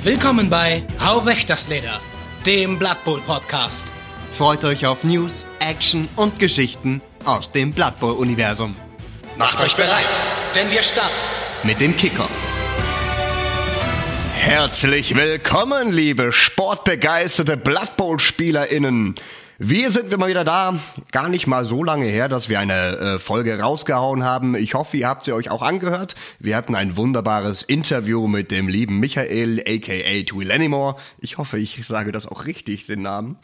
Willkommen bei Hau weg das Leder, dem Blood Bowl Podcast. Freut euch auf News, Action und Geschichten aus dem Blood Bowl Universum. Macht euch bereit, denn wir starten mit dem Kicker. Herzlich willkommen, liebe sportbegeisterte Blood Bowl SpielerInnen. Wir sind mal wieder da. Gar nicht mal so lange her, dass wir eine Folge rausgehauen haben. Ich hoffe, ihr habt sie euch auch angehört. Wir hatten ein wunderbares Interview mit dem lieben Michael, a.k.a. Twilanimore. Ich hoffe, ich sage das auch richtig, den Namen.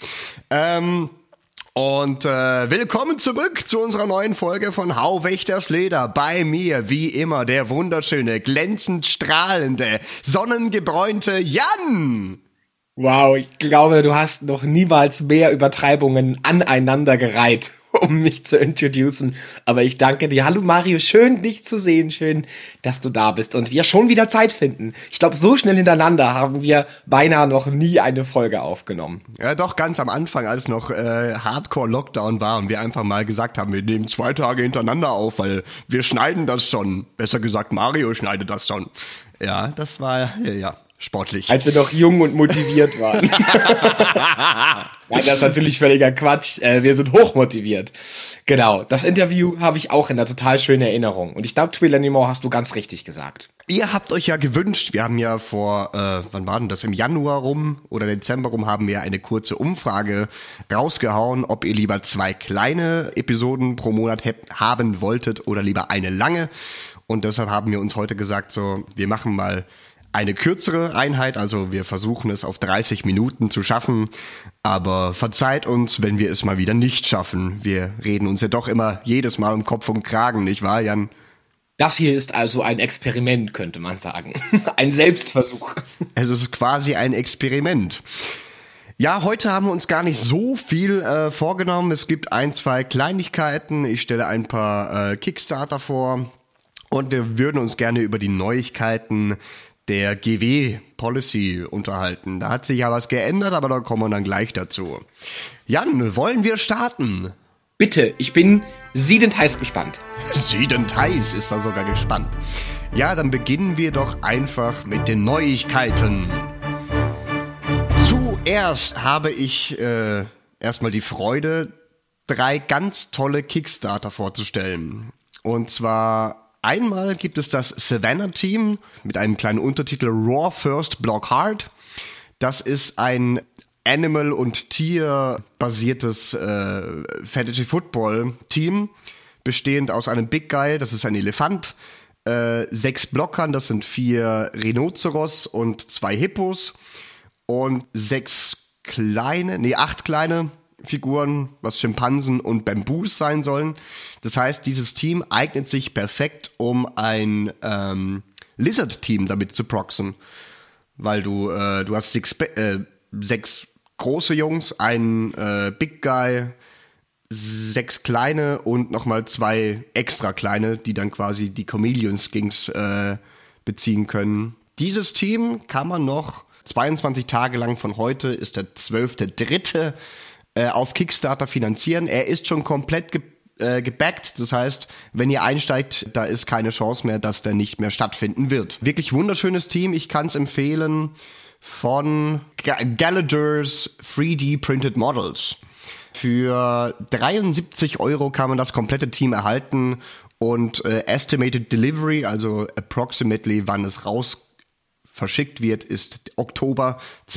Willkommen zurück zu unserer neuen Folge von Hau weg das Leder. Bei mir, wie immer, der wunderschöne, glänzend strahlende, sonnengebräunte Jan. Wow, ich glaube, du hast noch niemals mehr Übertreibungen aneinandergereiht, um mich zu introducen. Aber ich danke dir. Hallo Mario, schön dich zu sehen, schön, dass du da bist und wir schon wieder Zeit finden. Ich glaube, so schnell hintereinander haben wir beinahe noch nie eine Folge aufgenommen. Ja, doch, ganz am Anfang, als noch Hardcore-Lockdown war und wir einfach mal gesagt haben, wir nehmen 2 Tage hintereinander auf, weil wir schneiden das schon. Besser gesagt, Mario schneidet das schon. Ja, das war, ja. Sportlich. Als wir noch jung und motiviert waren. Nein, das ist natürlich völliger Quatsch. Wir sind hochmotiviert. Genau, das Interview habe ich auch in einer total schönen Erinnerung. Und ich glaube, Twilanimore hast du ganz richtig gesagt. Ihr habt euch ja gewünscht, wir haben ja vor, wann war denn das, im Januar rum oder Dezember rum haben wir eine kurze Umfrage rausgehauen, ob ihr lieber 2 kleine Episoden pro Monat haben wolltet oder lieber eine lange. Und deshalb haben wir uns heute gesagt, so, wir machen mal eine kürzere Einheit, also wir versuchen es auf 30 Minuten zu schaffen, aber verzeiht uns, wenn wir es mal wieder nicht schaffen. Wir reden uns ja doch immer jedes Mal um Kopf und Kragen, nicht wahr, Jan? Das hier ist also ein Experiment, könnte man sagen. Ein Selbstversuch. Es ist quasi ein Experiment. Ja, heute haben wir uns gar nicht so viel vorgenommen. Es gibt 1, 2 Kleinigkeiten. Ich stelle ein paar Kickstarter vor und wir würden uns gerne über die Neuigkeiten der GW-Policy unterhalten. Da hat sich ja was geändert, aber da kommen wir dann gleich dazu. Jan, wollen wir starten? Bitte, ich bin siedend heiß gespannt. Siedend heiß ist er sogar gespannt. Ja, dann beginnen wir doch einfach mit den Neuigkeiten. Zuerst habe ich erstmal die Freude, 3 ganz tolle Kickstarter vorzustellen. Und zwar einmal gibt es das Savannah-Team mit einem kleinen Untertitel Raw First Block Hard. Das ist ein Animal- und Tier-basiertes Fantasy-Football-Team, bestehend aus einem Big Guy, das ist ein Elefant, 6 Blockern, das sind 4 Rhinoceros und 2 Hippos und 8 kleine Figuren, was Schimpansen und Bambus sein sollen. Das heißt, dieses Team eignet sich perfekt, um ein Lizard-Team damit zu proxen. Weil du hast 6 große Jungs, einen Big Guy, 6 kleine und nochmal 2 extra kleine, die dann quasi die Chameleon-Skins beziehen können. Dieses Team kann man noch 22 Tage lang, von heute ist der 12.3., auf Kickstarter finanzieren. Er ist schon komplett gebackt. Das heißt, wenn ihr einsteigt, da ist keine Chance mehr, dass der nicht mehr stattfinden wird. Wirklich wunderschönes Team. Ich kann es empfehlen von Galadur's 3D Printed Models. Für 73 € kann man das komplette Team erhalten und Estimated Delivery, also approximately wann es raus verschickt wird, ist Oktober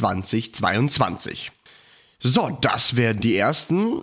2022. So, das wären die ersten.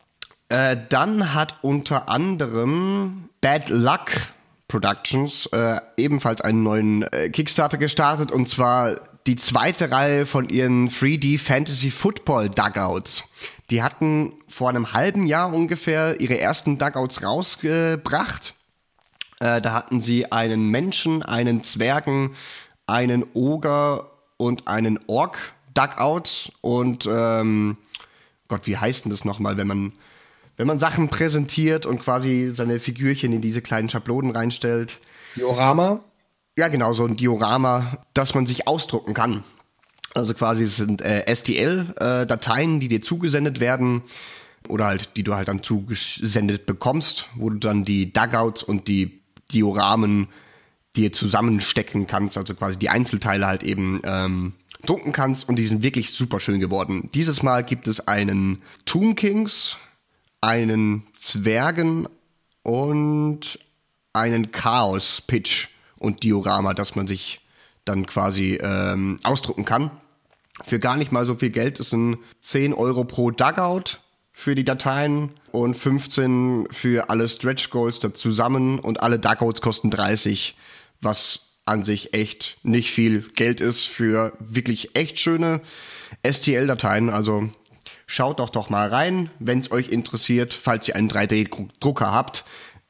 Dann hat unter anderem Bad Luck Productions ebenfalls einen neuen Kickstarter gestartet, und zwar die 2. Reihe von ihren 3D Fantasy Football Dugouts. Die hatten vor einem halben Jahr ungefähr ihre ersten Dugouts rausgebracht. Da hatten sie einen Menschen, einen Zwergen, einen Oger und einen Ork Dugouts und Gott, wie heißt denn das nochmal, wenn man Sachen präsentiert und quasi seine Figürchen in diese kleinen Schablonen reinstellt? Diorama? Ja, genau, so ein Diorama, das man sich ausdrucken kann. Also quasi es sind STL-Dateien, die dir zugesendet werden oder halt, die du halt dann zugesendet bekommst, wo du dann die Dugouts und die Dioramen dir zusammenstecken kannst, also quasi die Einzelteile halt eben drucken kannst und die sind wirklich super schön geworden. Dieses Mal gibt es einen Tomb Kings, einen Zwergen und einen Chaos Pitch und Diorama, das man sich dann quasi ausdrucken kann. Für gar nicht mal so viel Geld. Es sind 10 Euro pro Dugout für die Dateien und 15 für alle Stretch Goals da zusammen und alle Dugouts kosten 30, was an sich echt nicht viel Geld ist für wirklich echt schöne STL-Dateien. Also schaut doch mal rein, wenn es euch interessiert, falls ihr einen 3D-Drucker habt.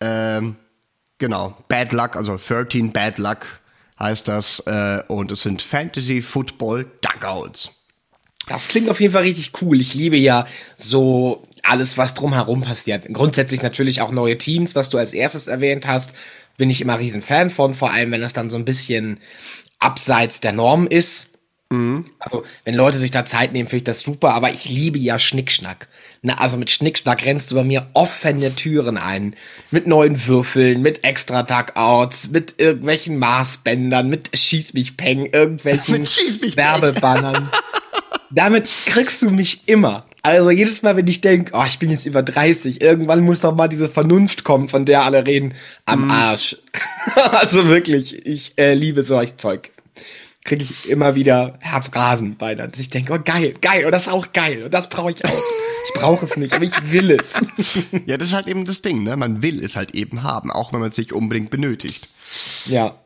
Genau, Bad Luck, also 13 Bad Luck heißt das. Und es sind Fantasy Football Dugouts. Das klingt auf jeden Fall richtig cool. Ich liebe ja so alles, was drumherum passiert. Grundsätzlich natürlich auch neue Teams, was du als erstes erwähnt hast. Bin ich immer riesen Fan von, vor allem wenn das dann so ein bisschen abseits der Norm ist. Also, wenn Leute sich da Zeit nehmen, finde ich das super, aber ich liebe ja Schnickschnack. Na, also mit Schnickschnack rennst du bei mir offene Türen ein. Mit neuen Würfeln, mit extra Dugouts, mit irgendwelchen Maßbändern, mit Schieß mich Peng, irgendwelchen Werbebannern. Damit kriegst du mich immer. Also jedes Mal, wenn ich denke, oh, ich bin jetzt über 30, irgendwann muss doch mal diese Vernunft kommen, von der alle reden, am Arsch. Also wirklich, ich liebe solch Zeug. Kriege ich immer wieder Herzrasen bei, dass ich denke, oh geil, und das ist auch geil, und das brauche ich auch. Ich brauche es nicht, aber ich will es. Ja, das ist halt eben das Ding, ne? Man will es halt eben haben, auch wenn man es nicht unbedingt benötigt. Ja.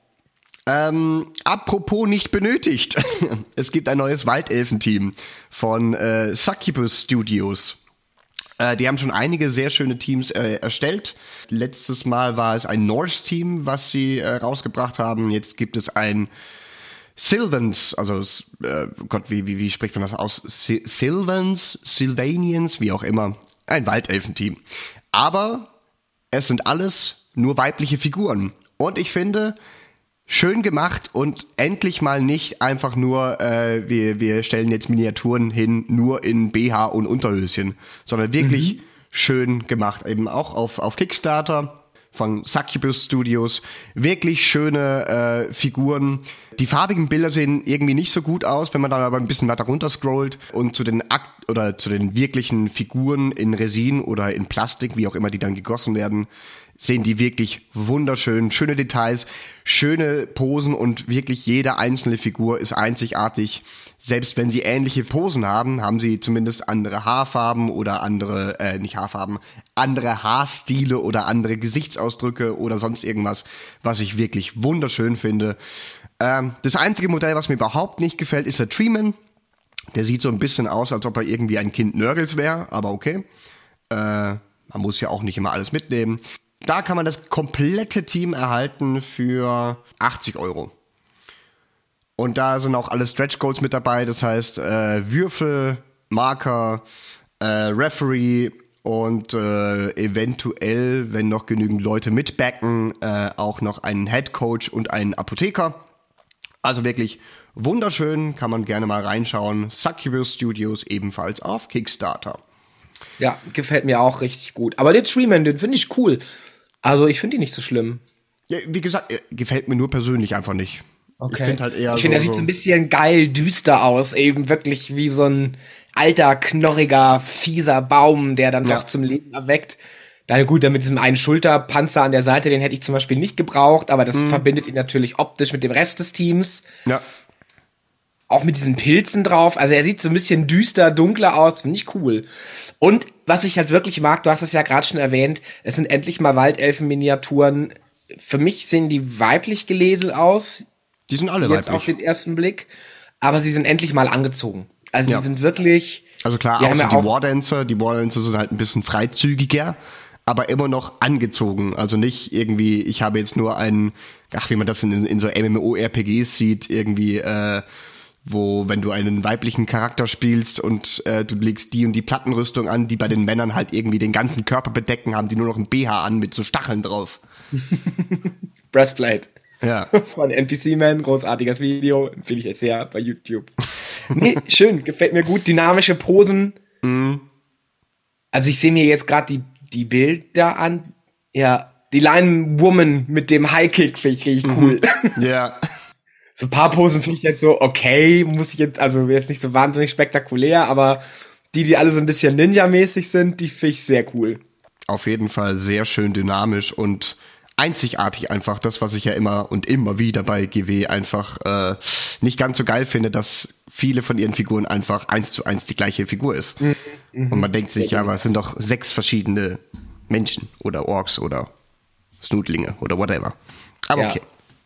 Apropos nicht benötigt. Es gibt ein neues Waldelfenteam von Succubus Studios. Die haben schon einige sehr schöne Teams erstellt. Letztes Mal war es ein Norse-Team, was sie rausgebracht haben. Jetzt gibt es ein Sylvans, also Gott, wie spricht man das aus? Sylvanians, wie auch immer. Ein Waldelfenteam. Aber es sind alles nur weibliche Figuren. Und ich finde, schön gemacht und endlich mal nicht einfach nur, wir stellen jetzt Miniaturen hin, nur in BH und Unterhöschen, sondern wirklich schön gemacht. Eben auch auf Kickstarter von Succubus Studios. Wirklich schöne Figuren. Die farbigen Bilder sehen irgendwie nicht so gut aus, wenn man dann aber ein bisschen weiter runter scrollt und zu den zu den wirklichen Figuren in Resin oder in Plastik, wie auch immer die dann gegossen werden, sehen die wirklich wunderschön. Schöne Details, schöne Posen und wirklich jede einzelne Figur ist einzigartig. Selbst wenn sie ähnliche Posen haben, haben sie zumindest andere Haarfarben oder andere Haarstile oder andere Gesichtsausdrücke oder sonst irgendwas, was ich wirklich wunderschön finde. Das einzige Modell, was mir überhaupt nicht gefällt, ist der Treeman. Der sieht so ein bisschen aus, als ob er irgendwie ein Kind Nörgels wäre, aber okay. Man muss ja auch nicht immer alles mitnehmen. Da kann man das komplette Team erhalten für 80 Euro. Und da sind auch alle Stretch Goals mit dabei, das heißt Würfel, Marker, Referee und eventuell, wenn noch genügend Leute mitbacken, auch noch einen Head Coach und einen Apotheker. Also wirklich wunderschön, kann man gerne mal reinschauen. Succubus Studios ebenfalls auf Kickstarter. Ja, gefällt mir auch richtig gut. Aber der Treeman, den finde ich cool. Also ich finde ihn nicht so schlimm. Ja, wie gesagt, gefällt mir nur persönlich einfach nicht. Okay. Ich finde halt eher der sieht so ein bisschen geil düster aus, eben wirklich wie so ein alter, knorriger, fieser Baum, der dann doch zum Leben erweckt. Na gut, dann mit diesem einen Schulterpanzer an der Seite, den hätte ich zum Beispiel nicht gebraucht, aber das verbindet ihn natürlich optisch mit dem Rest des Teams. Ja. Auch mit diesen Pilzen drauf. Also er sieht so ein bisschen düster, dunkler aus. Finde ich cool. Und was ich halt wirklich mag, du hast es ja gerade schon erwähnt, es sind endlich mal Waldelfen-Miniaturen. Für mich sehen die weiblich gelesen aus. Die sind alle jetzt weiblich. auf den ersten Blick. Aber sie sind endlich mal angezogen. Also sie sind wirklich... Also klar, außer die Wardancer. Die Wardancer sind halt ein bisschen freizügiger, aber immer noch angezogen. Also nicht irgendwie, ich habe jetzt nur einen, wie man das in so MMO-RPGs sieht, irgendwie, wo, wenn du einen weiblichen Charakter spielst und du legst die und die Plattenrüstung an, die bei den Männern halt irgendwie den ganzen Körper bedecken, haben die nur noch ein BH an mit so Stacheln drauf. Breastplate. Ja. Von NPC Man, großartiges Video, empfehle ich euch sehr bei YouTube. Nee, schön, gefällt mir gut, dynamische Posen. Also ich sehe mir jetzt gerade die Bilder an. Ja, die Line Woman mit dem High Kick finde ich richtig cool. Ja. So ein paar Posen finde ich jetzt so, okay, muss ich jetzt, also jetzt nicht so wahnsinnig spektakulär, aber die alle so ein bisschen Ninja-mäßig sind, die finde ich sehr cool. Auf jeden Fall sehr schön dynamisch und einzigartig einfach. Das, was ich ja immer und immer wieder bei GW einfach nicht ganz so geil finde, dass viele von ihren Figuren einfach 1:1 die gleiche Figur ist. Und man denkt sich, ja, aber es sind doch 6 verschiedene Menschen oder Orks oder Snudlinge oder whatever. Aber Ja. okay.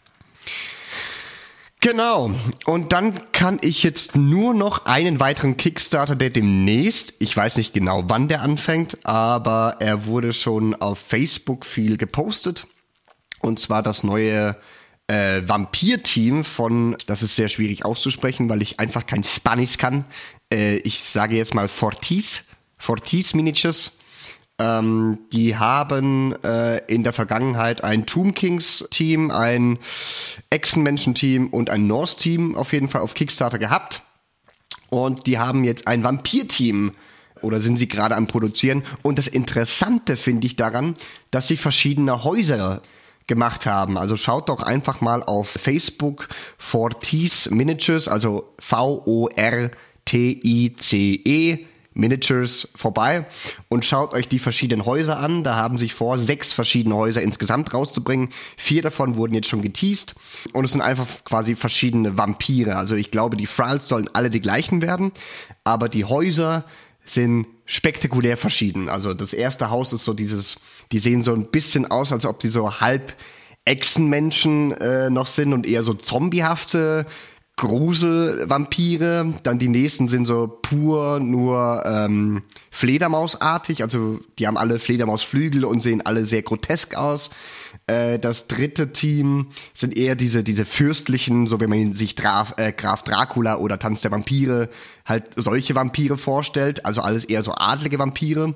Genau. Und dann kann ich jetzt nur noch einen weiteren Kickstarter, der demnächst, ich weiß nicht genau, wann der anfängt, aber er wurde schon auf Facebook viel gepostet. Und zwar das neue Vampir-Team von, das ist sehr schwierig auszusprechen, weil ich einfach kein Spanisch kann. Ich sage jetzt mal Fortis Miniatures. Die haben in der Vergangenheit ein Tomb Kings Team, ein Echsenmenschen Team und ein Norse Team auf jeden Fall auf Kickstarter gehabt. Und die haben jetzt ein Vampir Team oder sind sie gerade am Produzieren. Und das Interessante finde ich daran, dass sie verschiedene Häuser gemacht haben. Also schaut doch einfach mal auf Facebook Fortis Miniatures, also VORTICE Miniatures vorbei und schaut euch die verschiedenen Häuser an. Da haben sich vor, 6 verschiedene Häuser insgesamt rauszubringen. 4 davon wurden jetzt schon geteased und es sind einfach quasi verschiedene Vampire. Also ich glaube, die Thralls sollen alle die gleichen werden, aber die Häuser sind spektakulär verschieden. Also das erste Haus ist so dieses, die sehen so ein bisschen aus, als ob die so halb Echsenmenschen noch sind und eher so zombiehafte Gruselvampire. Dann die nächsten sind so pur nur Fledermausartig, also die haben alle Fledermausflügel und sehen alle sehr grotesk aus. Das dritte Team sind eher diese fürstlichen, so wenn man sich Graf Dracula oder Tanz der Vampire, halt solche Vampire vorstellt, also alles eher so adlige Vampire.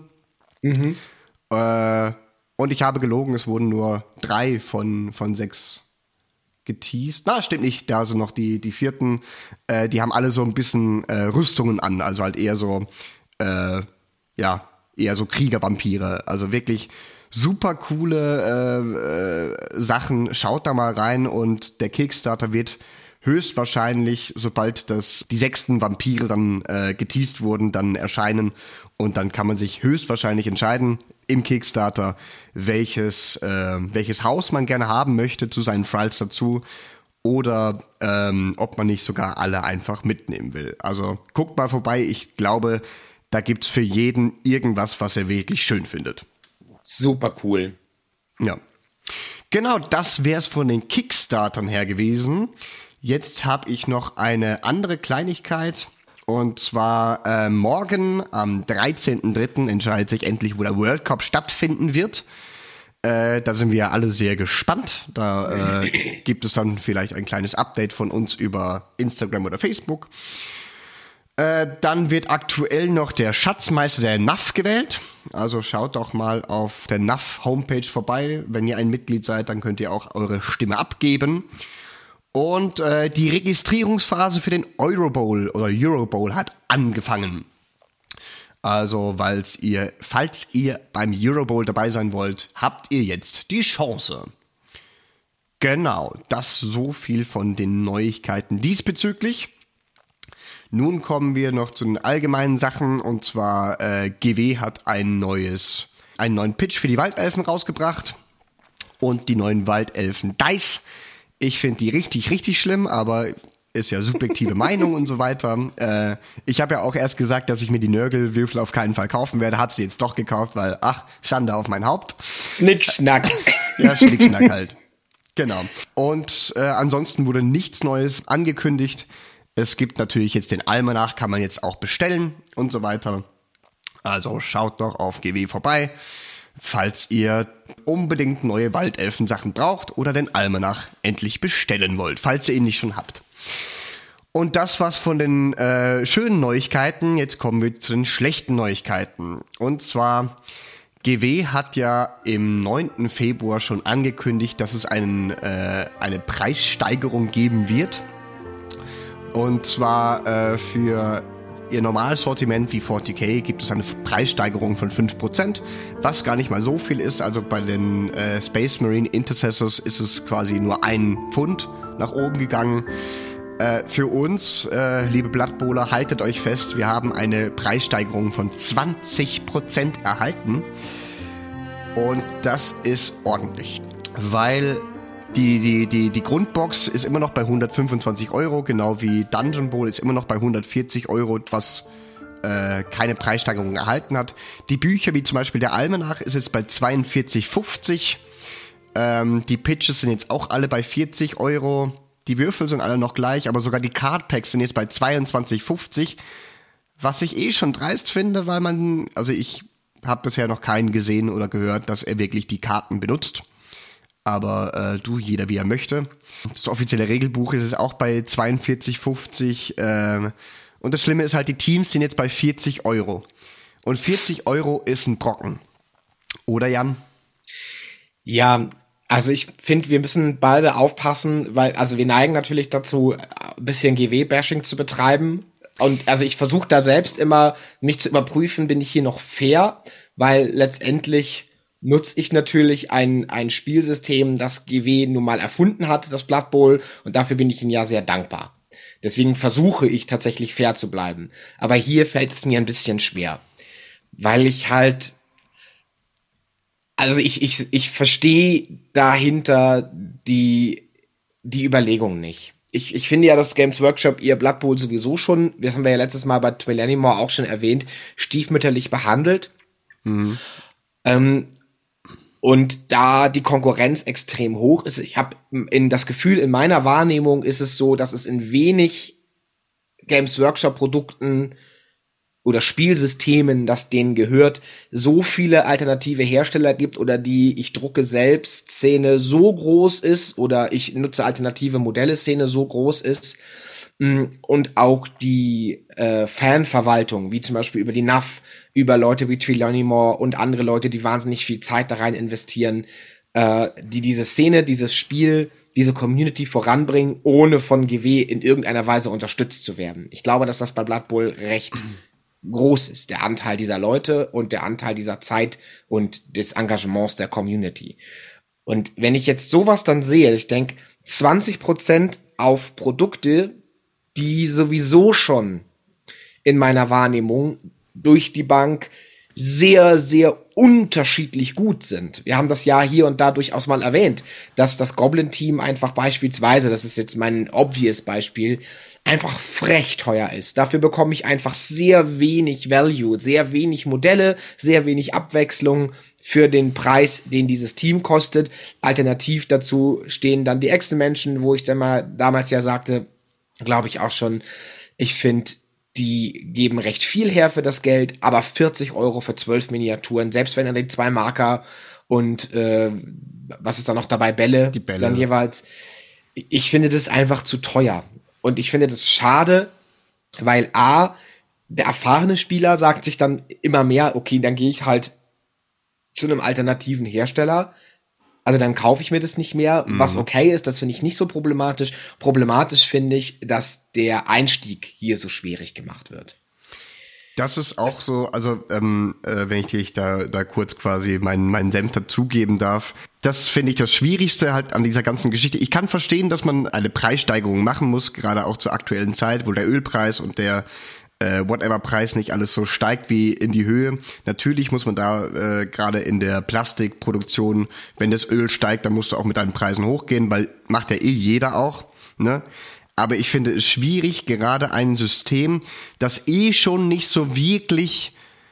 Und ich habe gelogen, es wurden nur 3 von 6 geteased. Na, stimmt nicht, da sind noch die 4. Die haben alle so ein bisschen Rüstungen an, also halt eher so eher so Kriegervampire. Also wirklich super coole Sachen. Schaut da mal rein und der Kickstarter wird höchstwahrscheinlich, sobald die 6. Vampire dann geteased wurden, dann erscheinen und dann kann man sich höchstwahrscheinlich entscheiden im Kickstarter, welches Haus man gerne haben möchte zu seinen Thralls dazu oder ob man nicht sogar alle einfach mitnehmen will. Also guckt mal vorbei, ich glaube, da gibt's für jeden irgendwas, was er wirklich schön findet. Super cool. Ja. Genau, das wär's von den Kickstartern her gewesen. Jetzt habe ich noch eine andere Kleinigkeit. Und zwar morgen am 13.03. entscheidet sich endlich, wo der World Cup stattfinden wird. Da sind wir alle sehr gespannt. Da gibt es dann vielleicht ein kleines Update von uns über Instagram oder Facebook. Dann wird aktuell noch der Schatzmeister der NAF gewählt. Also schaut doch mal auf der NAF Homepage vorbei. Wenn ihr ein Mitglied seid, dann könnt ihr auch eure Stimme abgeben. Und die Registrierungsphase für den Eurobowl hat angefangen. Also, falls ihr beim Eurobowl dabei sein wollt, habt ihr jetzt die Chance. Genau, das so viel von den Neuigkeiten diesbezüglich. Nun kommen wir noch zu den allgemeinen Sachen. Und zwar, GW hat einen neuen Pitch für die Waldelfen rausgebracht. Und die neuen Waldelfen Dice. Ich finde die richtig, richtig schlimm, aber ist ja subjektive Meinung und so weiter. Ich habe ja auch erst gesagt, dass ich mir die Nörgelwürfel auf keinen Fall kaufen werde. Hab sie jetzt doch gekauft, weil, Schande auf mein Haupt. Schnickschnack. Ja, Schnickschnack halt. Genau. Und ansonsten wurde nichts Neues angekündigt. Es gibt natürlich jetzt den Almanach, kann man jetzt auch bestellen und so weiter. Also schaut doch auf GW vorbei, falls ihr unbedingt neue Waldelfen-Sachen braucht oder den Almanach endlich bestellen wollt, falls ihr ihn nicht schon habt. Und das war's von den schönen Neuigkeiten. Jetzt kommen wir zu den schlechten Neuigkeiten. Und zwar, GW hat ja im 9. Februar schon angekündigt, dass es eine Preissteigerung geben wird. Und zwar für ihr normales Sortiment wie 40k gibt es eine Preissteigerung von 5%, was gar nicht mal so viel ist. Also bei den Space Marine Intercessors ist es quasi nur 1 Pfund nach oben gegangen. Für uns, liebe Blood Bowler, haltet euch fest, wir haben eine Preissteigerung von 20% erhalten. Und das ist ordentlich, weil die Grundbox ist immer noch bei 125 Euro, genau wie Dungeon Bowl ist immer noch bei 140 Euro, was keine Preissteigerung erhalten hat. Die Bücher, wie zum Beispiel der Almanach, ist jetzt bei 42,50. Die Pitches sind jetzt auch alle bei 40 Euro. Die Würfel sind alle noch gleich, aber sogar die Cardpacks sind jetzt bei 22,50. Was ich schon dreist finde, weil ich habe bisher noch keinen gesehen oder gehört, dass er wirklich die Karten benutzt. Aber jeder wie er möchte. Das offizielle Regelbuch ist es auch bei 42,50. Und das Schlimme ist halt, die Teams sind jetzt bei 40 Euro. Und 40 Euro ist ein Brocken. Oder, Jan? Ja, also ich finde, wir müssen beide aufpassen, weil, also wir neigen natürlich dazu, ein bisschen GW-Bashing zu betreiben. Und also ich versuche da selbst immer, mich zu überprüfen, bin ich hier noch fair, weil letztendlich nutze ich natürlich ein Spielsystem, das GW nun mal erfunden hat, das Blood Bowl, und dafür bin ich ihnen ja sehr dankbar. Deswegen versuche ich tatsächlich fair zu bleiben. Aber hier fällt es mir ein bisschen schwer, weil ich halt, also ich verstehe dahinter die Überlegung nicht. Ich finde ja, dass Games Workshop ihr Blood Bowl sowieso schon, das haben wir ja letztes Mal bei Twillanimore auch schon erwähnt, stiefmütterlich behandelt. Mhm. Und da die Konkurrenz extrem hoch ist, ich habe das Gefühl, in meiner Wahrnehmung ist es so, dass es in wenig Games Workshop Produkten oder Spielsystemen, das denen gehört, so viele alternative Hersteller gibt oder die ich drucke selbst Szene so groß ist oder ich nutze alternative Modelle Szene so groß ist und auch die Fanverwaltung, wie zum Beispiel über die NAF, über Leute wie Twillanimore und andere Leute, die wahnsinnig viel Zeit da rein investieren, die diese Szene, dieses Spiel, diese Community voranbringen, ohne von GW in irgendeiner Weise unterstützt zu werden. Ich glaube, dass das bei Blood Bowl recht groß ist, der Anteil dieser Leute und der Anteil dieser Zeit und des Engagements der Community. Und wenn ich jetzt sowas dann sehe, ich denke, 20% auf Produkte, die sowieso schon in meiner Wahrnehmung durch die Bank sehr, sehr unterschiedlich gut sind. Wir haben das ja hier und da durchaus mal erwähnt, dass das Goblin-Team einfach beispielsweise, das ist jetzt mein obvious Beispiel, einfach frech teuer ist. Dafür bekomme ich einfach sehr wenig Value, sehr wenig Modelle, sehr wenig Abwechslung für den Preis, den dieses Team kostet. Alternativ dazu stehen dann die Echsenmenschen, wo ich dann mal damals ja sagte, glaube ich auch schon, ich finde, die geben recht viel her für das Geld, aber 40 Euro für 12 Miniaturen, selbst wenn dann die 2 Marker und was ist da noch dabei, Bälle, die Bälle dann jeweils. Ich finde das einfach zu teuer. Und ich finde das schade, weil der erfahrene Spieler sagt sich dann immer mehr, okay, dann gehe ich halt zu einem alternativen Hersteller. Also dann kaufe ich mir das nicht mehr, was okay ist, das finde ich nicht so problematisch. Problematisch finde ich, dass der Einstieg hier so schwierig gemacht wird. Das ist auch so, also wenn ich dich da kurz quasi meinen Senf dazugeben darf, das finde ich das Schwierigste halt an dieser ganzen Geschichte. Ich kann verstehen, dass man eine Preissteigerung machen muss, gerade auch zur aktuellen Zeit, wo der Ölpreis und der Whatever-Preis nicht alles so steigt wie in die Höhe. Natürlich muss man da gerade in der Plastikproduktion, wenn das Öl steigt, dann musst du auch mit deinen Preisen hochgehen, weil macht ja jeder auch, ne? Aber ich finde es schwierig, gerade ein System, das schon nicht so wirklich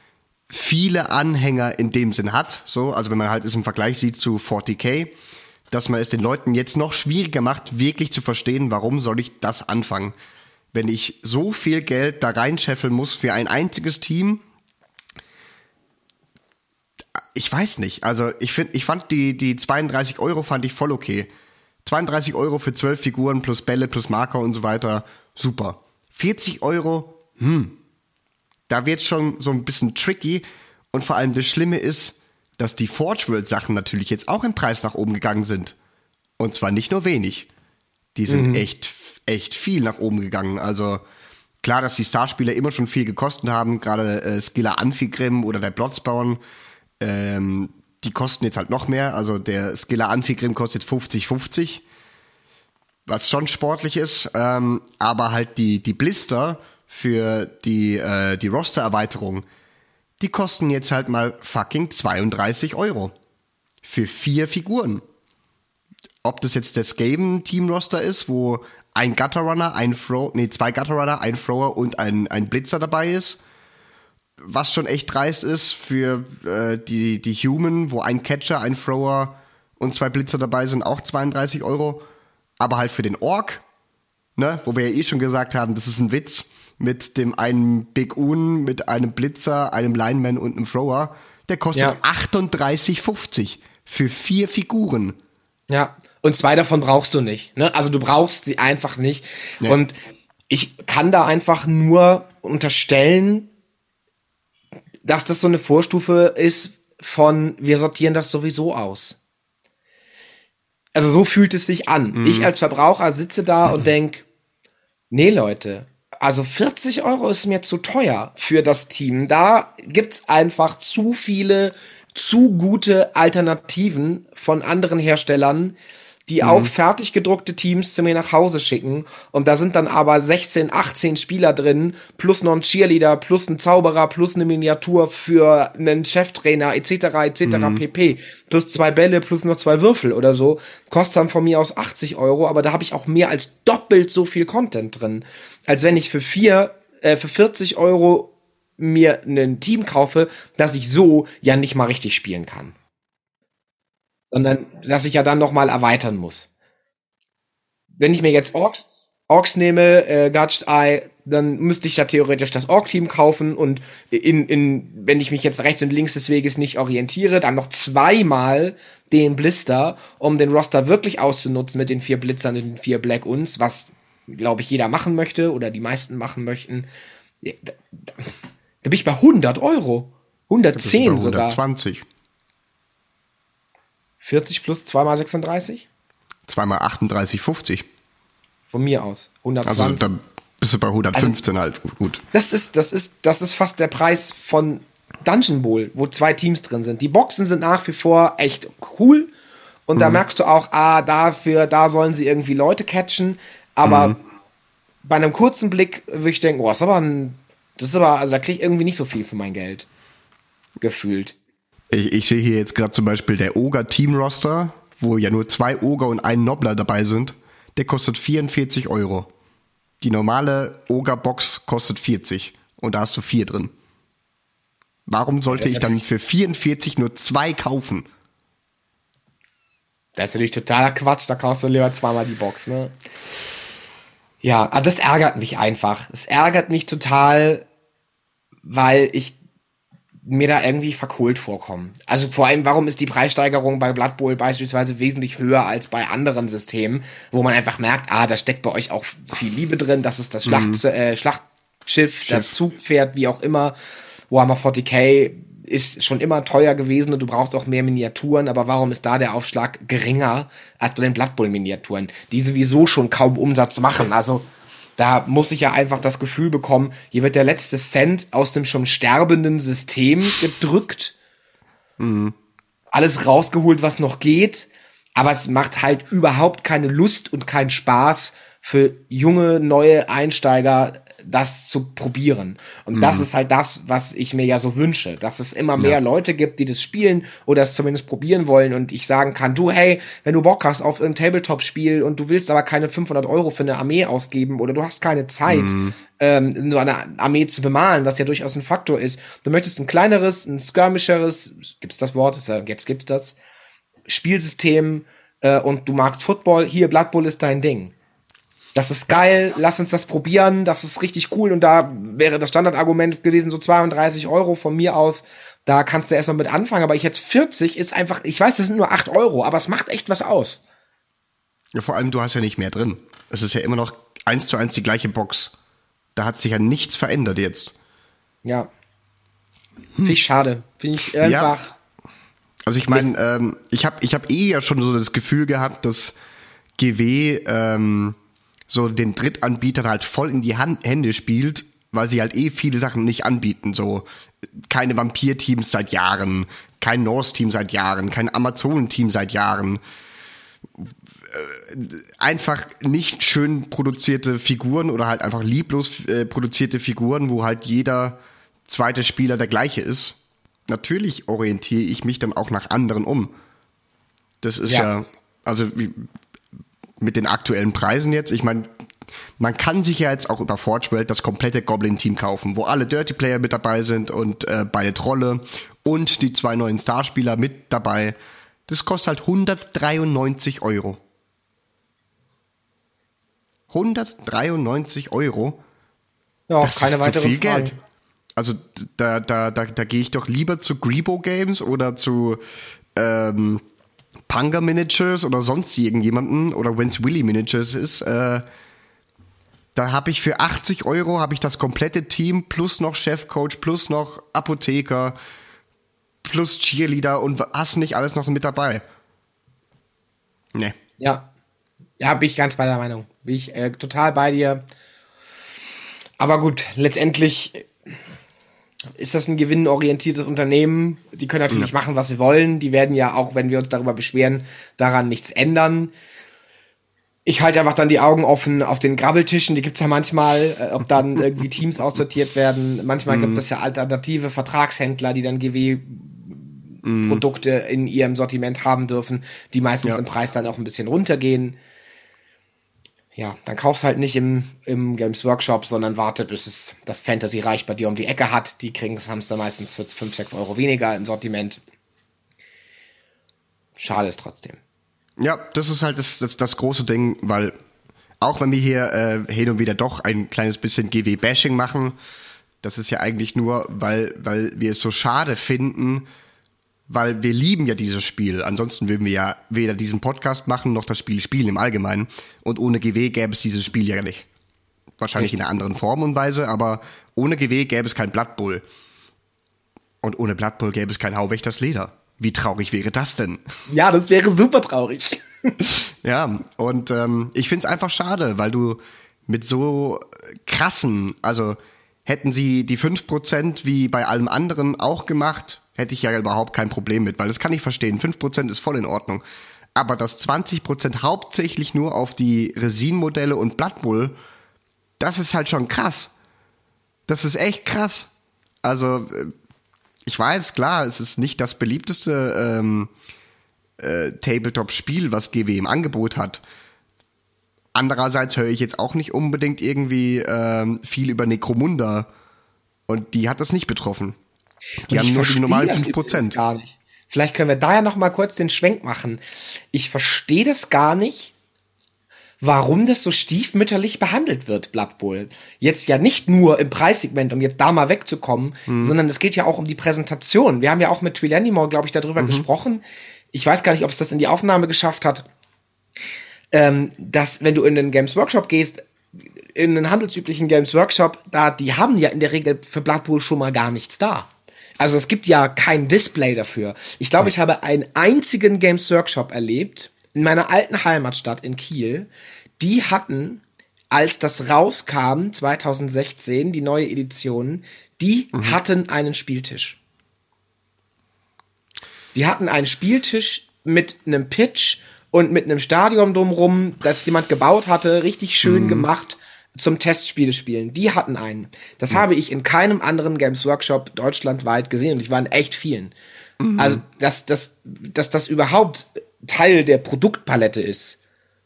viele Anhänger in dem Sinn hat, so, also wenn man halt es im Vergleich sieht zu 40k, dass man es den Leuten jetzt noch schwieriger macht, wirklich zu verstehen, warum soll ich das anfangen? Wenn ich so viel Geld da reinscheffeln muss für ein einziges Team, ich weiß nicht. Also ich fand die 32 Euro fand ich voll okay. 32 Euro für 12 Figuren plus Bälle plus Marker und so weiter, super. 40 Euro, da wird's schon so ein bisschen tricky. Und vor allem das Schlimme ist, dass die Forge World Sachen natürlich jetzt auch im Preis nach oben gegangen sind. Und zwar nicht nur wenig. Die sind echt viel nach oben gegangen. Also klar, dass die Starspieler immer schon viel gekostet haben, gerade Skilla Amphigramm oder der Bloodsporn, die kosten jetzt halt noch mehr. Also der Skilla Amphigramm kostet 50,50. was schon sportlich ist, aber halt die Blister für die Roster-Erweiterung, die kosten jetzt halt mal fucking 32 € für 4 Figuren. Ob das jetzt der Skaven-Team-Roster ist, wo ein Gutter-Runner, zwei Gutter-Runner, ein Thrower und ein Blitzer dabei ist, was schon echt dreist ist für die Human, wo ein Catcher, ein Thrower und 2 Blitzer dabei sind, auch 32 €. Aber halt für den Ork, ne, wo wir ja schon gesagt haben, das ist ein Witz, mit dem einen Big Un, mit einem Blitzer, einem Lineman und einem Thrower, der kostet 38,50 für 4 Figuren. Ja, und 2 davon brauchst du nicht, ne? Also du brauchst sie einfach nicht. Nee. Und ich kann da einfach nur unterstellen, dass das so eine Vorstufe ist von, wir sortieren das sowieso aus. Also so fühlt es sich an. Mhm. Ich als Verbraucher sitze da und denk, nee Leute, also 40 € ist mir zu teuer für das Team. Da gibt's einfach zu viele, zu gute Alternativen von anderen Herstellern, die auch fertig gedruckte Teams zu mir nach Hause schicken. Und da sind dann aber 16, 18 Spieler drin, plus noch ein Cheerleader, plus ein Zauberer, plus eine Miniatur für einen Cheftrainer, etc. pp. Plus 2 Bälle, plus noch 2 Würfel oder so. Kostet dann von mir aus 80 €, aber da habe ich auch mehr als doppelt so viel Content drin, als wenn ich für 40 € mir ein Team kaufe, das ich so ja nicht mal richtig spielen kann. Sondern dass ich ja dann nochmal erweitern muss. Wenn ich mir jetzt Orks nehme, Gutched Eye, dann müsste ich ja theoretisch das Ork-Team kaufen und wenn ich mich jetzt rechts und links des Weges nicht orientiere, dann noch 2-mal den Blister, um den Roster wirklich auszunutzen mit den 4 Blitzern und den 4 Black Uns, was, glaube ich, jeder machen möchte oder die meisten machen möchten. Da bin ich bei 100 €. 110 sogar. 120. 40 plus 2 mal 36? 2 mal 38,50. Von mir aus. 120. Also da bist du bei 115 halt. Gut. Das ist fast der Preis von Dungeon Bowl, wo 2 Teams drin sind. Die Boxen sind nach wie vor echt cool. Und da merkst du auch, da sollen sie irgendwie Leute catchen. Aber bei einem kurzen Blick würde ich denken, also da kriege ich irgendwie nicht so viel für mein Geld. Gefühlt. Ich sehe hier jetzt gerade zum Beispiel der Ogre-Team-Roster, wo ja nur 2 Ogre und ein Nobbler dabei sind. Der kostet 44 €. Die normale Ogre-Box kostet 40 und da hast du 4 drin. Warum sollte ich dann für 44 nur 2 kaufen? Das ist natürlich totaler Quatsch, da kaufst du lieber 2-mal die Box, ne? Ja, aber das ärgert mich einfach. Es ärgert mich total, weil ich mir da irgendwie verkohlt vorkommen. Also vor allem, warum ist die Preissteigerung bei Blood Bowl beispielsweise wesentlich höher als bei anderen Systemen, wo man einfach merkt, da steckt bei euch auch viel Liebe drin, das ist das Schlachtschiff, das Zugpferd, wie auch immer. Warhammer 40k ist schon immer teuer gewesen und du brauchst auch mehr Miniaturen, aber warum ist da der Aufschlag geringer als bei den Blood Bowl Miniaturen, die sowieso schon kaum Umsatz machen? Also da muss ich ja einfach das Gefühl bekommen, hier wird der letzte Cent aus dem schon sterbenden System gedrückt. Alles rausgeholt, was noch geht. Aber es macht halt überhaupt keine Lust und keinen Spaß für junge, neue Einsteiger, das zu probieren. Und das ist halt das, was ich mir ja so wünsche, dass es immer mehr Leute gibt, die das spielen oder es zumindest probieren wollen und ich sagen kann, du, hey, wenn du Bock hast auf ein Tabletop-Spiel und du willst aber keine 500 € für eine Armee ausgeben oder du hast keine Zeit, nur eine Armee zu bemalen, was ja durchaus ein Faktor ist. Du möchtest ein kleineres, ein skirmischeres, gibt's das Wort? Jetzt gibt's das, Spielsystem und du magst Football, hier, Blood Bowl ist dein Ding. Das ist geil, lass uns das probieren, das ist richtig cool und da wäre das Standardargument gewesen, so 32 € von mir aus, da kannst du erstmal mit anfangen, aber jetzt 40 ist einfach, ich weiß, das sind nur 8 €, aber es macht echt was aus. Ja, vor allem, du hast ja nicht mehr drin. Es ist ja immer noch 1:1 die gleiche Box. Da hat sich ja nichts verändert jetzt. Ja. Finde ich schade. Finde ich einfach. Ja. Also ich meine, ich hab ja schon so das Gefühl gehabt, dass GW so den Drittanbietern halt voll in die Hände spielt, weil sie halt viele Sachen nicht anbieten. So keine Vampir-Teams seit Jahren, kein Norse-Team seit Jahren, kein Amazonen-Team seit Jahren. einfach nicht schön produzierte Figuren oder halt einfach lieblos produzierte Figuren, wo halt jeder zweite Spieler der gleiche ist. Natürlich orientiere ich mich dann auch nach anderen um. Das ist ja also mit den aktuellen Preisen jetzt, ich meine, man kann sich ja jetzt auch über Forge World das komplette Goblin-Team kaufen, wo alle Dirty Player mit dabei sind und beide Trolle und die 2 neuen Starspieler mit dabei. Das kostet halt 193 Euro. 193 Euro? Ja, das keine ist zu weiteren viel Fragen. Geld. Also da gehe ich doch lieber zu Grebo Games oder zu Panga Miniatures oder sonst irgendjemanden oder wenn's Willy Miniatures ist. Da habe ich für 80 Euro habe ich das komplette Team plus noch Chefcoach plus noch Apotheker plus Cheerleader und hast nicht alles noch mit dabei. Nee. Ja, bin ich ganz bei der Meinung. Bin ich total bei dir. Aber gut, letztendlich ist das ein gewinnorientiertes Unternehmen. Die können natürlich machen, was sie wollen. Die werden ja auch, wenn wir uns darüber beschweren, daran nichts ändern. Ich halte einfach dann die Augen offen auf den Grabbeltischen. Die gibt's ja manchmal, ob dann irgendwie Teams aussortiert werden. Manchmal gibt es ja alternative Vertragshändler, die dann GW-Produkte in ihrem Sortiment haben dürfen, die meistens im Preis dann auch ein bisschen runtergehen. Ja, dann kauf's halt nicht im Games Workshop, sondern warte, bis es das Fantasy-Reich bei dir um die Ecke hat. Die haben es dann meistens für 5, 6 Euro weniger im Sortiment. Schade ist trotzdem. Ja, das ist halt das große Ding, weil auch wenn wir hier hin und wieder doch ein kleines bisschen GW-Bashing machen, das ist ja eigentlich nur, weil wir es so schade finden, weil wir lieben ja dieses Spiel. Ansonsten würden wir ja weder diesen Podcast machen, noch das Spiel spielen im Allgemeinen. Und ohne GW gäbe es dieses Spiel ja nicht. Wahrscheinlich in einer anderen Form und Weise, aber ohne GW gäbe es kein Blood Bowl. Und ohne Blood Bowl gäbe es kein Hauwächters Leder. Wie traurig wäre das denn? Ja, das wäre super traurig. Ja, und ich find's einfach schade, weil du mit so krassen, also hätten sie die 5% wie bei allem anderen auch gemacht, hätte ich ja überhaupt kein Problem mit, weil das kann ich verstehen. 5% ist voll in Ordnung. Aber das 20% hauptsächlich nur auf die Resin-Modelle und Blood Bowl, das ist halt schon krass. Das ist echt krass. Also, ich weiß, klar, es ist nicht das beliebteste Tabletop-Spiel, was GW im Angebot hat. Andererseits höre ich jetzt auch nicht unbedingt irgendwie viel über Necromunda. Und die hat das nicht betroffen. Die haben nur die normalen 5%. Gar nicht. Vielleicht können wir da ja noch mal kurz den Schwenk machen. Ich verstehe das gar nicht, warum das so stiefmütterlich behandelt wird, Blood Bowl. Jetzt ja nicht nur im Preissegment, um jetzt da mal wegzukommen, sondern es geht ja auch um die Präsentation. Wir haben ja auch mit Twilanimore, glaube ich, darüber gesprochen. Ich weiß gar nicht, ob es das in die Aufnahme geschafft hat, dass, wenn du in den Games Workshop gehst, in einen handelsüblichen Games Workshop, die haben ja in der Regel für Blood Bowl schon mal gar nichts da. Also es gibt ja kein Display dafür. Ich glaube, ich habe einen einzigen Games Workshop erlebt, in meiner alten Heimatstadt in Kiel. Die hatten, als das rauskam, 2016, die neue Edition, die hatten einen Spieltisch. Die hatten einen Spieltisch mit einem Pitch und mit einem Stadion drumrum, das jemand gebaut hatte, richtig schön gemacht, zum Testspiele spielen. Die hatten einen. Das habe ich in keinem anderen Games Workshop deutschlandweit gesehen und ich war in echt vielen. Also, dass das überhaupt Teil der Produktpalette ist,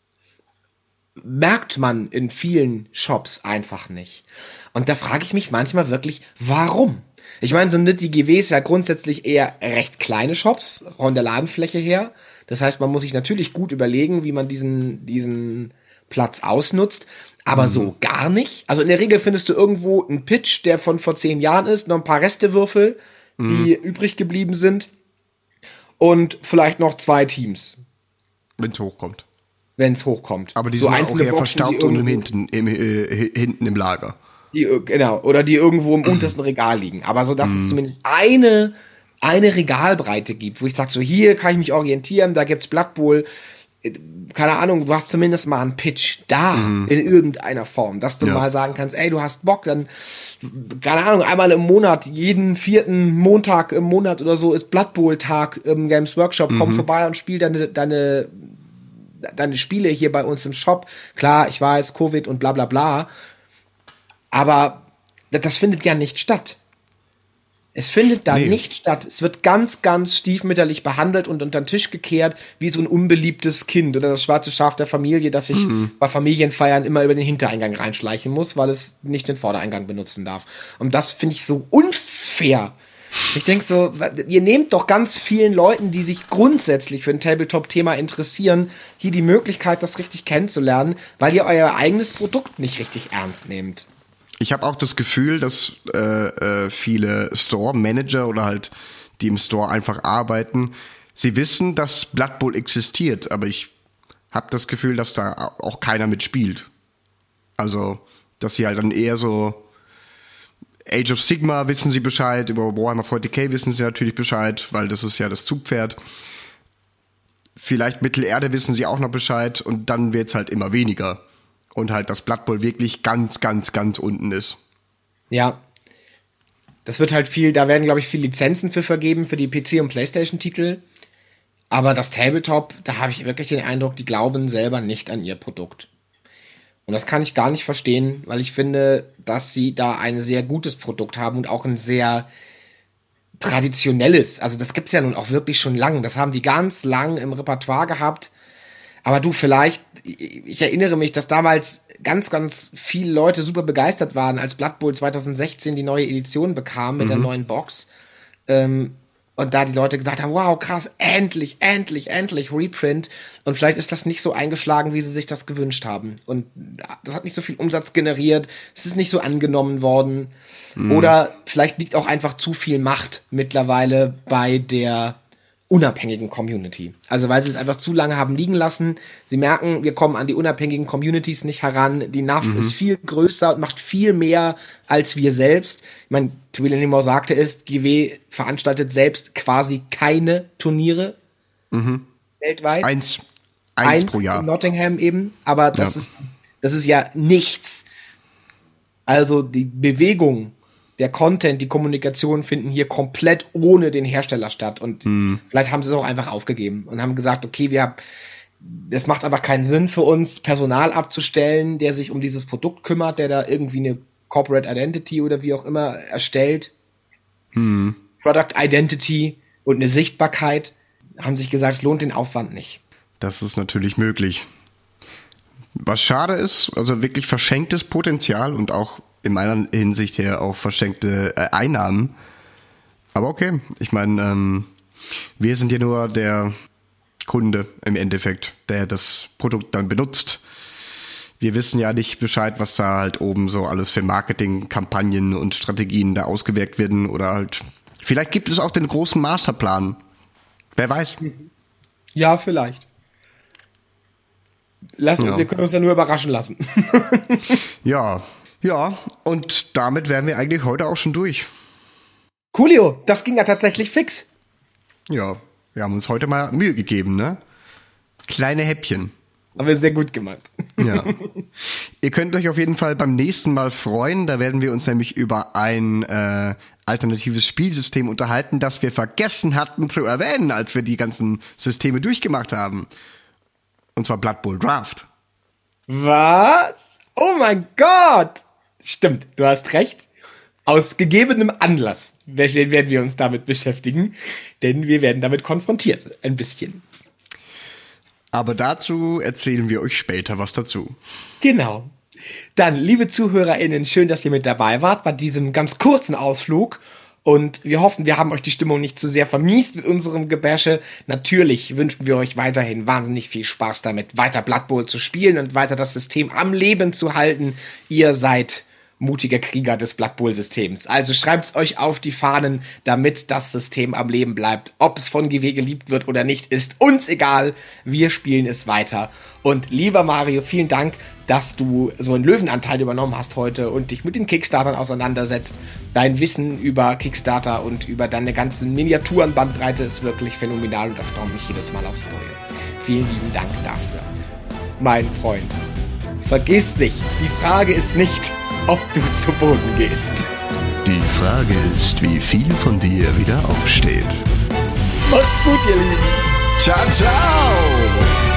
merkt man in vielen Shops einfach nicht. Und da frage ich mich manchmal wirklich, warum? Ich meine, so die GW ist ja grundsätzlich eher recht kleine Shops von der Ladenfläche her. Das heißt, man muss sich natürlich gut überlegen, wie man diesen Platz ausnutzt. Aber so gar nicht. Also in der Regel findest du irgendwo einen Pitch, der von vor 10 Jahren ist, noch ein paar Restewürfel, die übrig geblieben sind. Und vielleicht noch 2 Teams. Wenn es hochkommt. Wenn es hochkommt. Aber die so sind auch einzelne eher Boxen, verstaubt und hinten im Lager. Genau, oder die irgendwo im untersten Regal liegen. Aber so, dass es zumindest eine Regalbreite gibt, wo ich sage, so hier kann ich mich orientieren, da gibt's Blood Bowl. Keine Ahnung, du hast zumindest mal einen Pitch da in irgendeiner Form, dass du mal sagen kannst, ey, du hast Bock, dann, keine Ahnung, einmal im Monat, jeden 4. Montag im Monat oder so ist Blood Bowl Tag im Games Workshop, komm vorbei und spiel deine deine Spiele hier bei uns im Shop. Klar, ich weiß, Covid und bla bla bla. Aber das findet ja nicht statt. Es findet da nicht statt. Es wird ganz, ganz stiefmütterlich behandelt und unter den Tisch gekehrt, wie so ein unbeliebtes Kind oder das schwarze Schaf der Familie, das sich bei Familienfeiern immer über den Hintereingang reinschleichen muss, weil es nicht den Vordereingang benutzen darf. Und das finde ich so unfair. Ich denke so, ihr nehmt doch ganz vielen Leuten, die sich grundsätzlich für ein Tabletop-Thema interessieren, hier die Möglichkeit, das richtig kennenzulernen, weil ihr euer eigenes Produkt nicht richtig ernst nehmt. Ich habe auch das Gefühl, dass viele Store-Manager oder halt die im Store einfach arbeiten, sie wissen, dass Blood Bowl existiert, aber ich habe das Gefühl, dass da auch keiner mitspielt. Also, dass sie halt dann eher so Age of Sigmar wissen sie Bescheid, über Warhammer 40k wissen sie natürlich Bescheid, weil das ist ja das Zugpferd. Vielleicht Mittelerde wissen sie auch noch Bescheid und dann wird's halt immer weniger. Und halt, dass Blood Bowl wirklich ganz, ganz, ganz unten ist. Ja. Das wird halt da werden, glaube ich, viel Lizenzen für vergeben, für die PC- und Playstation-Titel. Aber das Tabletop, da habe ich wirklich den Eindruck, die glauben selber nicht an ihr Produkt. Und das kann ich gar nicht verstehen, weil ich finde, dass sie da ein sehr gutes Produkt haben und auch ein sehr traditionelles. Also das gibt's ja nun auch wirklich schon lang. Das haben die ganz lang im Repertoire gehabt. Aber du, vielleicht, ich erinnere mich, dass damals ganz, ganz viele Leute super begeistert waren, als Blood Bowl 2016 die neue Edition bekam mit der neuen Box. Und da die Leute gesagt haben, wow, krass, endlich, Reprint. Und vielleicht ist das nicht so eingeschlagen, wie sie sich das gewünscht haben. Und das hat nicht so viel Umsatz generiert, es ist nicht so angenommen worden. Oder vielleicht liegt auch einfach zu viel Macht mittlerweile bei der unabhängigen Community. Also weil sie es einfach zu lange haben liegen lassen. Sie merken, wir kommen an die unabhängigen Communities nicht heran. Die NAF ist viel größer und macht viel mehr als wir selbst. Ich meine, Twillenimore sagte es, GW veranstaltet selbst quasi keine Turniere weltweit. Eins pro Jahr. In Nottingham eben. Aber das ist ja nichts. Also die Bewegung, der Content, die Kommunikation finden hier komplett ohne den Hersteller statt. Und vielleicht haben sie es auch einfach aufgegeben und haben gesagt, okay, es macht einfach keinen Sinn für uns, Personal abzustellen, der sich um dieses Produkt kümmert, der da irgendwie eine Corporate Identity oder wie auch immer erstellt. Product Identity und eine Sichtbarkeit. Haben sich gesagt, es lohnt den Aufwand nicht. Das ist natürlich möglich. Was schade ist, also wirklich verschenktes Potenzial und auch in meiner Hinsicht her auch verschenkte Einnahmen. Aber okay, ich meine, wir sind ja nur der Kunde im Endeffekt, der das Produkt dann benutzt. Wir wissen ja nicht Bescheid, was da halt oben so alles für Marketingkampagnen und Strategien da ausgewirkt werden oder halt, vielleicht gibt es auch den großen Masterplan. Wer weiß. Ja, vielleicht. Wir können uns ja nur überraschen lassen. Ja, und damit wären wir eigentlich heute auch schon durch. Coolio, das ging ja tatsächlich fix. Ja, wir haben uns heute mal Mühe gegeben, ne? Kleine Häppchen. Aber sehr gut gemacht. Ja. Ihr könnt euch auf jeden Fall beim nächsten Mal freuen. Da werden wir uns nämlich über ein alternatives Spielsystem unterhalten, das wir vergessen hatten zu erwähnen, als wir die ganzen Systeme durchgemacht haben. Und zwar Blood Bowl Draft. Was? Oh mein Gott! Stimmt, du hast recht. Aus gegebenem Anlass werden wir uns damit beschäftigen, denn wir werden damit konfrontiert, ein bisschen. Aber dazu erzählen wir euch später was dazu. Genau. Dann, liebe ZuhörerInnen, schön, dass ihr mit dabei wart bei diesem ganz kurzen Ausflug. Und wir hoffen, wir haben euch die Stimmung nicht zu sehr vermiest mit unserem Gebäsche. Natürlich wünschen wir euch weiterhin wahnsinnig viel Spaß damit, weiter Blood Bowl zu spielen und weiter das System am Leben zu halten. Ihr seid mutiger Krieger des Blood Bowl Systems. Also schreibt's euch auf die Fahnen, damit das System am Leben bleibt. Ob es von GW geliebt wird oder nicht, ist uns egal. Wir spielen es weiter. Und lieber Mario, vielen Dank, dass du so einen Löwenanteil übernommen hast heute und dich mit den Kickstartern auseinandersetzt. Dein Wissen über Kickstarter und über deine ganzen Miniaturenbandbreite ist wirklich phänomenal und erstaunt mich jedes Mal aufs Neue. Vielen lieben Dank dafür. Mein Freund, vergiss nicht, die Frage ist nicht, ob du zu Boden gehst. Die Frage ist, wie viel von dir wieder aufsteht. Macht's gut, ihr Lieben. Ciao, ciao!